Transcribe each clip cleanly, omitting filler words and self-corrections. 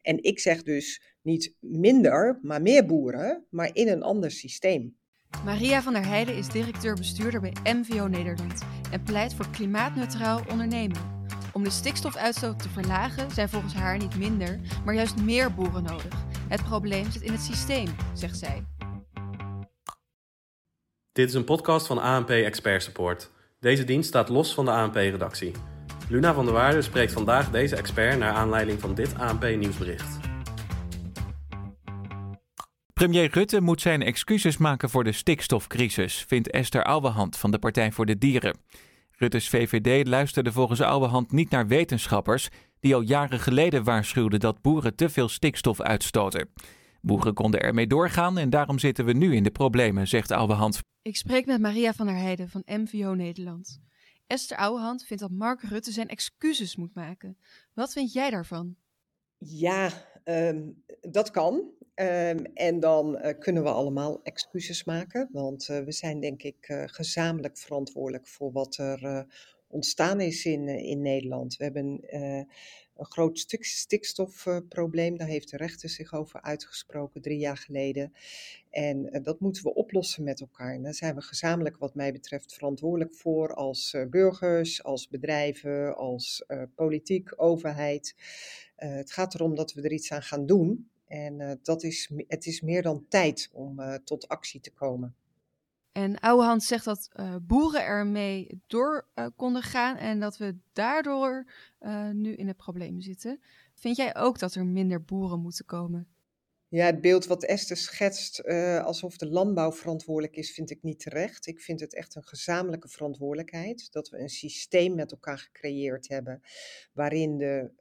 En ik zeg dus niet minder, maar meer boeren, maar in een ander systeem. Maria van der Heijden is directeur-bestuurder bij MVO Nederland en pleit voor klimaatneutraal ondernemen. Om de stikstofuitstoot te verlagen zijn volgens haar niet minder, maar juist meer boeren nodig. Het probleem zit in het systeem, zegt zij. Dit is een podcast van ANP Expert Support. Deze dienst staat los van de ANP-redactie. Luna van der Waarde spreekt vandaag deze expert naar aanleiding van dit ANP-nieuwsbericht. Premier Rutte moet zijn excuses maken voor de stikstofcrisis, vindt Esther Ouwehand van de Partij voor de Dieren. Rutte's VVD luisterde volgens Ouwehand niet naar wetenschappers die al jaren geleden waarschuwden dat boeren te veel stikstof uitstoten. Boeren konden ermee doorgaan en daarom zitten we nu in de problemen, zegt Ouwehand. Ik spreek met Maria van der Heijden van MVO Nederland. Esther Ouwehand vindt dat Mark Rutte zijn excuses moet maken. Wat vind jij daarvan? Ja, dat kan. En dan kunnen we allemaal excuses maken, want we zijn denk ik gezamenlijk verantwoordelijk voor wat er ontstaan is in Nederland. We hebben een groot stikstofprobleem, daar heeft de rechter zich over uitgesproken 3 jaar geleden. En dat moeten we oplossen met elkaar. En daar zijn we gezamenlijk wat mij betreft verantwoordelijk voor als burgers, als bedrijven, als politiek, overheid. Het gaat erom dat we er iets aan gaan doen. En het is meer dan tijd om tot actie te komen. En Ouwehand zegt dat boeren ermee door konden gaan en dat we daardoor nu in het probleem zitten. Vind jij ook dat er minder boeren moeten komen? Ja, het beeld wat Esther schetst, alsof de landbouw verantwoordelijk is, vind ik niet terecht. Ik vind het echt een gezamenlijke verantwoordelijkheid. Dat we een systeem met elkaar gecreëerd hebben, waarin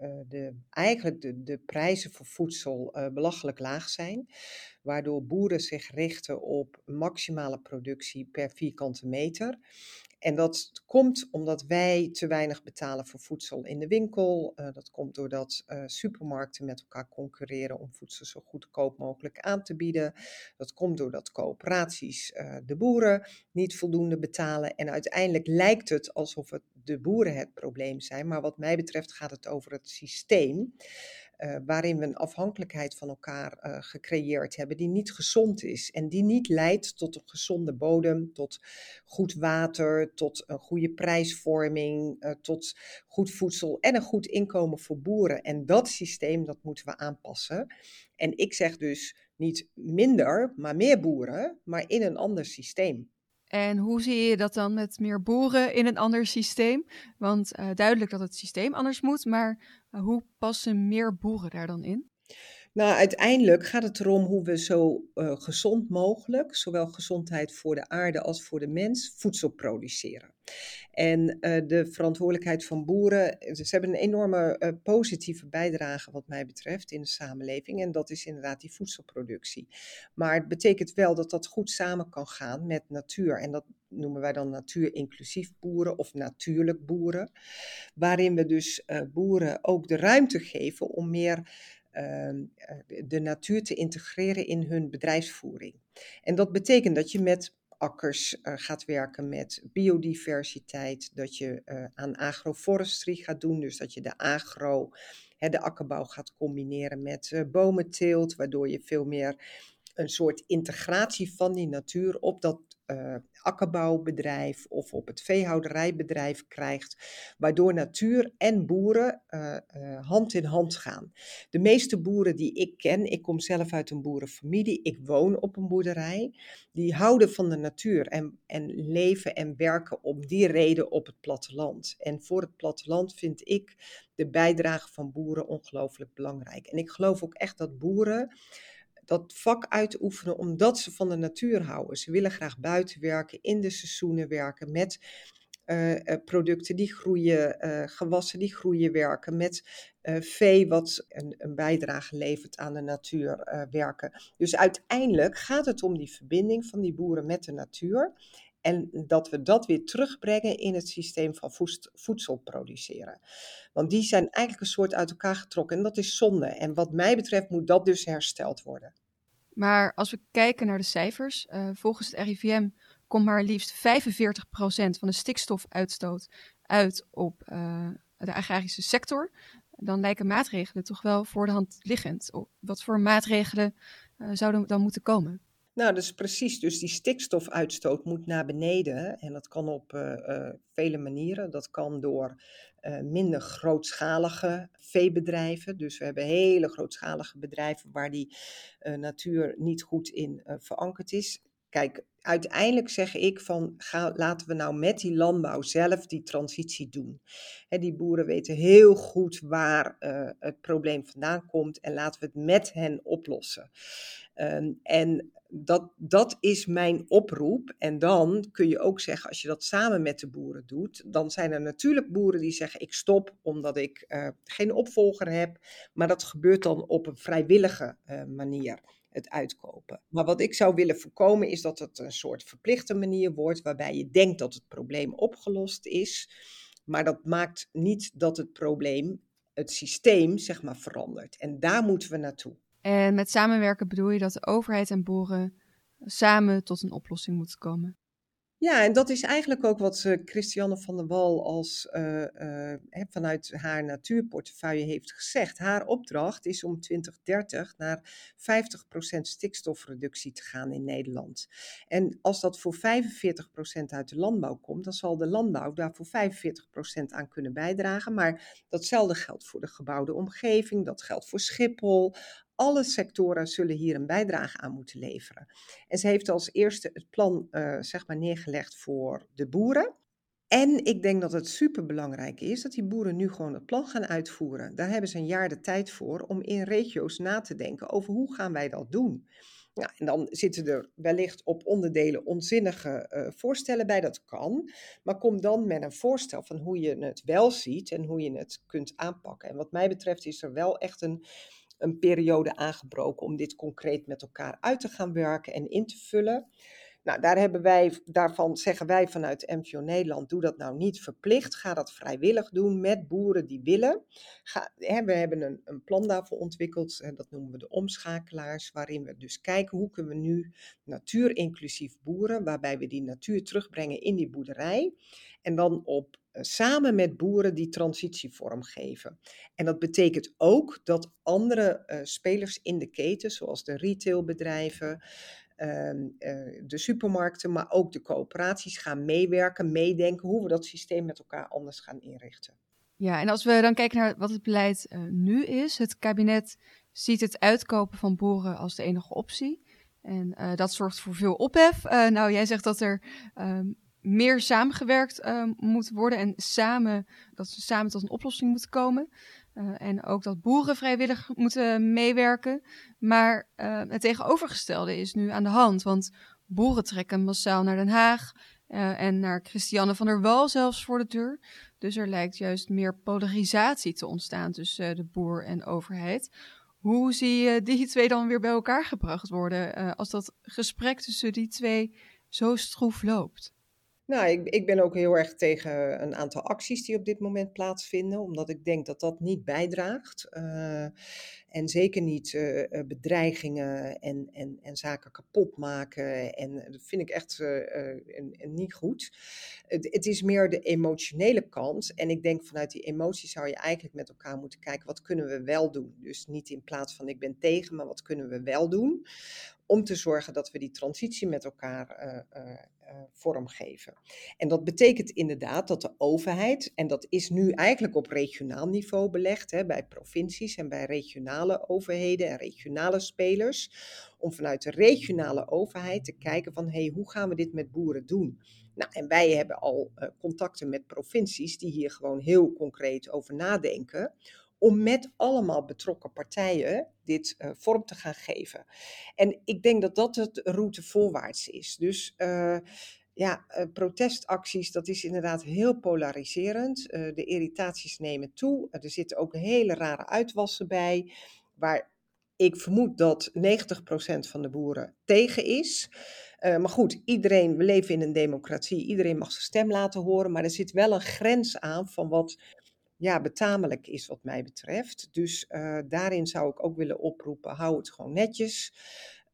eigenlijk de prijzen voor voedsel belachelijk laag zijn. Waardoor boeren zich richten op maximale productie per vierkante meter. En dat komt omdat wij te weinig betalen voor voedsel in de winkel. Dat komt doordat supermarkten met elkaar concurreren om voedsel zo goedkoop mogelijk aan te bieden. Dat komt doordat coöperaties de boeren niet voldoende betalen. En uiteindelijk lijkt het alsof het de boeren het probleem zijn. Maar wat mij betreft gaat het over het systeem. Waarin we een afhankelijkheid van elkaar gecreëerd hebben die niet gezond is. En die niet leidt tot een gezonde bodem, tot goed water, tot een goede prijsvorming, tot goed voedsel en een goed inkomen voor boeren. En dat systeem, dat moeten we aanpassen. En ik zeg dus niet minder, maar meer boeren, maar in een ander systeem. En hoe zie je dat dan met meer boeren in een ander systeem? Want duidelijk dat het systeem anders moet, maar hoe passen meer boeren daar dan in? Nou, uiteindelijk gaat het erom hoe we zo gezond mogelijk, zowel gezondheid voor de aarde als voor de mens, voedsel produceren. En de verantwoordelijkheid van boeren, ze hebben een enorme positieve bijdrage wat mij betreft in de samenleving. En dat is inderdaad die voedselproductie. Maar het betekent wel dat dat goed samen kan gaan met natuur. En dat noemen wij dan natuurinclusief boeren of natuurlijk boeren. Waarin we dus boeren ook de ruimte geven om meer de natuur te integreren in hun bedrijfsvoering. En dat betekent dat je met akkers gaat werken, met biodiversiteit, dat je aan agroforestry gaat doen, dus dat je de akkerbouw gaat combineren met bomenteelt, waardoor je veel meer een soort integratie van die natuur op dat akkerbouwbedrijf of op het veehouderijbedrijf krijgt, waardoor natuur en boeren hand in hand gaan. De meeste boeren die ik ken, ik kom zelf uit een boerenfamilie, ik woon op een boerderij, die houden van de natuur en leven en werken om die reden op het platteland. En voor het platteland vind ik de bijdrage van boeren ongelooflijk belangrijk. En ik geloof ook echt dat boeren dat vak uitoefenen omdat ze van de natuur houden. Ze willen graag buiten werken, in de seizoenen werken, met producten die groeien, gewassen die groeien werken, met vee wat een bijdrage levert aan de natuur werken. Dus uiteindelijk gaat het om die verbinding van die boeren met de natuur. En dat we dat weer terugbrengen in het systeem van voedsel produceren. Want die zijn eigenlijk een soort uit elkaar getrokken en dat is zonde. En wat mij betreft moet dat dus hersteld worden. Maar als we kijken naar de cijfers, volgens het RIVM komt maar liefst 45% van de stikstofuitstoot uit op de agrarische sector. dan lijken maatregelen toch wel voor de hand liggend. Wat voor maatregelen zouden dan moeten komen? Nou, dat is precies. Dus die stikstofuitstoot moet naar beneden. En dat kan op vele manieren. Dat kan door minder grootschalige veebedrijven. Dus we hebben hele grootschalige bedrijven waar die natuur niet goed in verankerd is. Kijk, uiteindelijk zeg ik van laten we nou met die landbouw zelf die transitie doen. Die boeren weten heel goed waar het probleem vandaan komt en laten we het met hen oplossen. En dat is mijn oproep. En dan kun je ook zeggen, als je dat samen met de boeren doet, dan zijn er natuurlijk boeren die zeggen ik stop omdat ik geen opvolger heb. Maar dat gebeurt dan op een vrijwillige manier. Het uitkopen. Maar wat ik zou willen voorkomen is dat het een soort verplichte manier wordt waarbij je denkt dat het probleem opgelost is, maar dat maakt niet dat het probleem, het systeem, zeg maar, verandert. En daar moeten we naartoe. En met samenwerken bedoel je dat de overheid en boeren samen tot een oplossing moeten komen? Ja, en dat is eigenlijk ook wat Christiane van der Wal als vanuit haar natuurportefeuille heeft gezegd. Haar opdracht is om 2030 naar 50% stikstofreductie te gaan in Nederland. En als dat voor 45% uit de landbouw komt, dan zal de landbouw daar voor 45% aan kunnen bijdragen. Maar datzelfde geldt voor de gebouwde omgeving, dat geldt voor Schiphol. Alle sectoren zullen hier een bijdrage aan moeten leveren. En ze heeft als eerste het plan neergelegd voor de boeren. En ik denk dat het superbelangrijk is dat die boeren nu gewoon het plan gaan uitvoeren. Daar hebben ze een jaar de tijd voor om in regio's na te denken over hoe gaan wij dat doen. Ja, en dan zitten er wellicht op onderdelen onzinnige voorstellen bij, dat kan. Maar kom dan met een voorstel van hoe je het wel ziet en hoe je het kunt aanpakken. En wat mij betreft is er wel echt een periode aangebroken om dit concreet met elkaar uit te gaan werken en in te vullen. Nou, daarvan zeggen wij vanuit MVO Nederland, doe dat nou niet verplicht. Ga dat vrijwillig doen met boeren die willen. We hebben een plan daarvoor ontwikkeld, dat noemen we de omschakelaars, waarin we dus kijken hoe kunnen we nu natuurinclusief boeren, waarbij we die natuur terugbrengen in die boerderij. En dan samen met boeren die transitie vormgeven. En dat betekent ook dat andere spelers in de keten, zoals de retailbedrijven, de supermarkten, maar ook de coöperaties gaan meewerken, meedenken hoe we dat systeem met elkaar anders gaan inrichten. Ja, en als we dan kijken naar wat het beleid nu is, het kabinet ziet het uitkopen van boeren als de enige optie. En dat zorgt voor veel ophef. Nou, jij zegt dat er meer samengewerkt moet worden en dat ze samen tot een oplossing moeten komen. En ook dat boeren vrijwillig moeten meewerken. Maar het tegenovergestelde is nu aan de hand. Want boeren trekken massaal naar Den Haag en naar Christiane van der Wal zelfs voor de deur. Dus er lijkt juist meer polarisatie te ontstaan tussen de boer en overheid. Hoe zie je die twee dan weer bij elkaar gebracht worden als dat gesprek tussen die twee zo stroef loopt? Nou, ik ben ook heel erg tegen een aantal acties die op dit moment plaatsvinden, omdat ik denk dat dat niet bijdraagt. En zeker niet bedreigingen en zaken kapot maken. En dat vind ik echt niet goed. Het is meer de emotionele kant. En ik denk vanuit die emotie zou je eigenlijk met elkaar moeten kijken, wat kunnen we wel doen? Dus niet in plaats van ik ben tegen, maar wat kunnen we wel doen? Om te zorgen dat we die transitie met elkaar vormgeven. En dat betekent inderdaad dat de overheid, en dat is nu eigenlijk op regionaal niveau belegd, bij provincies en bij regionale overheden en regionale spelers, om vanuit de regionale overheid te kijken van hoe gaan we dit met boeren doen? Nou, en wij hebben al contacten met provincies die hier gewoon heel concreet over nadenken, om met allemaal betrokken partijen dit vorm te gaan geven. En ik denk dat dat het route voorwaarts is. Dus protestacties, dat is inderdaad heel polariserend. De irritaties nemen toe. Er zitten ook hele rare uitwassen bij, waar ik vermoed dat 90% van de boeren tegen is. Maar goed, we leven in een democratie, iedereen mag zijn stem laten horen, maar er zit wel een grens aan van wat betamelijk is wat mij betreft. Dus daarin zou ik ook willen oproepen, hou het gewoon netjes.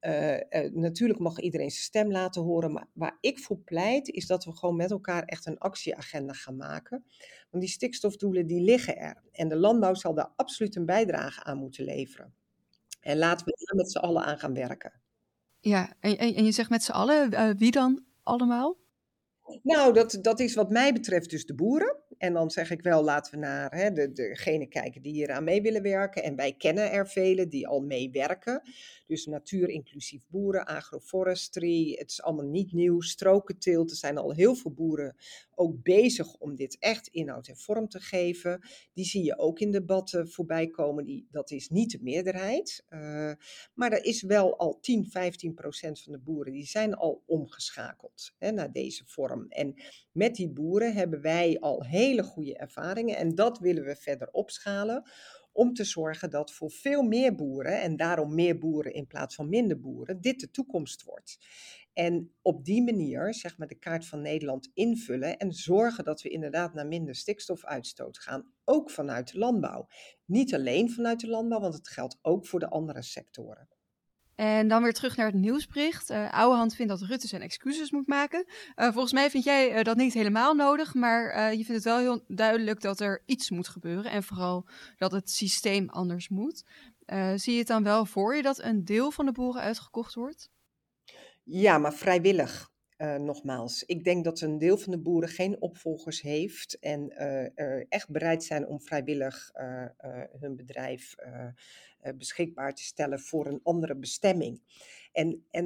Natuurlijk mag iedereen zijn stem laten horen, maar waar ik voor pleit is dat we gewoon met elkaar echt een actieagenda gaan maken. Want die stikstofdoelen die liggen er en de landbouw zal daar absoluut een bijdrage aan moeten leveren. En laten we daar met z'n allen aan gaan werken. Ja, en je zegt met z'n allen, wie dan allemaal? Nou, dat is wat mij betreft dus de boeren. En dan zeg ik wel, laten we naar degene kijken die hier aan mee willen werken. En wij kennen er velen die al meewerken. Dus natuur inclusief boeren, agroforestry, het is allemaal niet nieuw. Strokenteelt, er zijn al heel veel boeren ook bezig om dit echt inhoud en vorm te geven. Die zie je ook in debatten voorbij komen. Dat is niet de meerderheid. Maar er is wel al 10-15% van de boeren die zijn al omgeschakeld naar deze vorm. En met die boeren hebben wij al hele goede ervaringen en dat willen we verder opschalen om te zorgen dat voor veel meer boeren, en daarom meer boeren in plaats van minder boeren, dit de toekomst wordt. En op die manier, zeg maar, de kaart van Nederland invullen en zorgen dat we inderdaad naar minder stikstofuitstoot gaan, ook vanuit de landbouw. Niet alleen vanuit de landbouw, want het geldt ook voor de andere sectoren. En dan weer terug naar het nieuwsbericht. Ouwehand vindt dat Rutte zijn excuses moet maken. Volgens mij vind jij dat niet helemaal nodig, maar je vindt het wel heel duidelijk dat er iets moet gebeuren en vooral dat het systeem anders moet. Zie je het dan wel voor je dat een deel van de boeren uitgekocht wordt? Ja, maar vrijwillig. Nogmaals, ik denk dat een deel van de boeren geen opvolgers heeft en echt bereid zijn om vrijwillig hun bedrijf beschikbaar te stellen voor een andere bestemming. En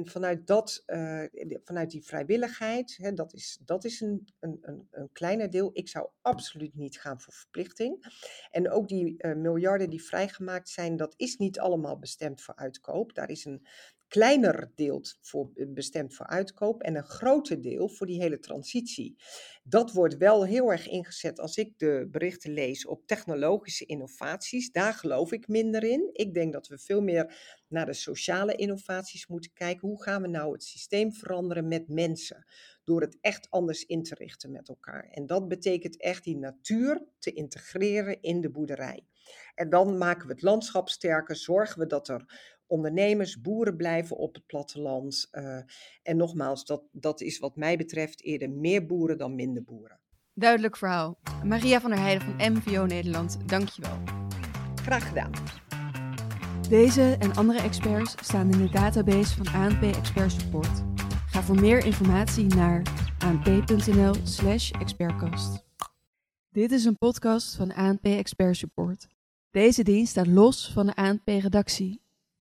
vanuit die vrijwilligheid, dat is een kleiner deel. Ik zou absoluut niet gaan voor verplichting. En ook die miljarden die vrijgemaakt zijn, dat is niet allemaal bestemd voor uitkoop. Daar is een kleiner deel bestemd voor uitkoop en een groter deel voor die hele transitie. Dat wordt wel heel erg ingezet als ik de berichten lees op technologische innovaties. Daar geloof ik minder in. Ik denk dat we veel meer naar de sociale innovaties moeten kijken. Hoe gaan we nou het systeem veranderen met mensen? Door het echt anders in te richten met elkaar. En dat betekent echt die natuur te integreren in de boerderij. En dan maken we het landschap sterker, zorgen we dat er ondernemers, boeren blijven op het platteland. En nogmaals, dat is wat mij betreft eerder meer boeren dan minder boeren. Duidelijk verhaal. Maria van der Heijden van MVO Nederland, dankjewel. Graag gedaan. Deze en andere experts staan in de database van ANP Expert Support. Ga voor meer informatie naar anp.nl/expertcast. Dit is een podcast van ANP Expert Support. Deze dienst staat los van de ANP-redactie